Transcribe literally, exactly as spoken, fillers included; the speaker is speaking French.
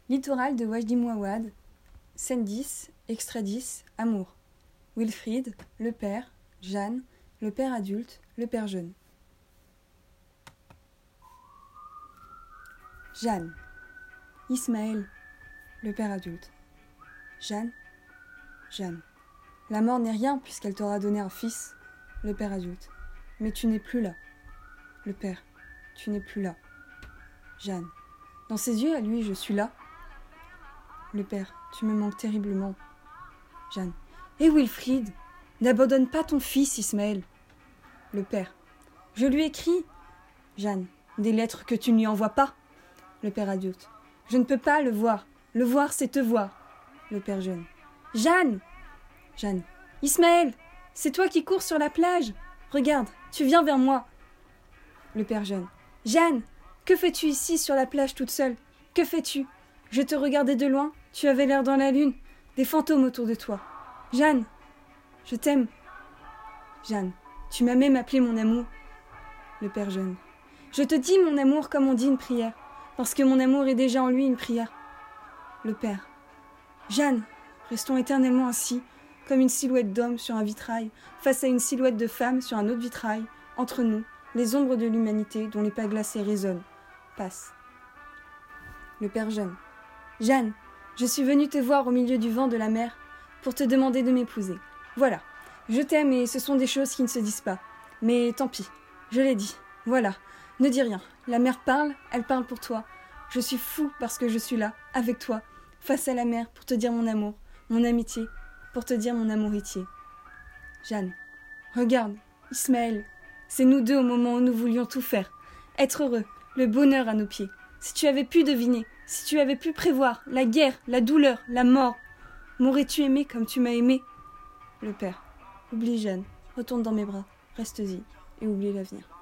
Littoral de Wajdi Mouawad, scène dix, extrait dix, Amour. Wilfried, le père, Jeanne, le père adulte, le père jeune. Jeanne, Ismaël, le père adulte. Jeanne, Jeanne. La mort n'est rien puisqu'elle t'aura donné un fils, le père adulte. Mais tu n'es plus là. Le père, tu n'es plus là. Jeanne, dans ses yeux à lui, je suis là. Le père, tu me manques terriblement. Jeanne, et Wilfried, n'abandonne pas ton fils, Ismaël. Le père, je lui écris. Jeanne, des lettres que tu ne lui envoies pas. Le père adulte, je ne peux pas le voir. Le voir, c'est te voir. Le père jeune, Jeanne. Jeanne, Ismaël, c'est toi qui cours sur la plage. Regarde, tu viens vers moi. Le père jeune, Jeanne, que fais-tu ici sur la plage toute seule? Que fais-tu? Je te regardais de loin, tu avais l'air dans la lune, des fantômes autour de toi. Jeanne, je t'aime. Jeanne, tu m'as même appelé mon amour. Le père jeune, je te dis mon amour comme on dit une prière, parce que mon amour est déjà en lui une prière. Le père, Jeanne, restons éternellement ainsi, comme une silhouette d'homme sur un vitrail, face à une silhouette de femme sur un autre vitrail, entre nous, les ombres de l'humanité dont les pas glacés résonnent, passent. Le père jeune, Jeanne, je suis venu te voir au milieu du vent de la mer pour te demander de m'épouser. Voilà, je t'aime et ce sont des choses qui ne se disent pas. Mais tant pis, je l'ai dit, voilà, ne dis rien. La mer parle, elle parle pour toi. Je suis fou parce que je suis là, avec toi, face à la mer pour te dire mon amour, mon amitié, pour te dire mon amouritié. Jeanne, regarde, Ismaël, c'est nous deux au moment où nous voulions tout faire. Être heureux, le bonheur à nos pieds. Si tu avais pu deviner, si tu avais pu prévoir la guerre, la douleur, la mort, m'aurais-tu aimé comme tu m'as aimé? Le père, oublie Jeanne, retourne dans mes bras, reste-y et oublie l'avenir.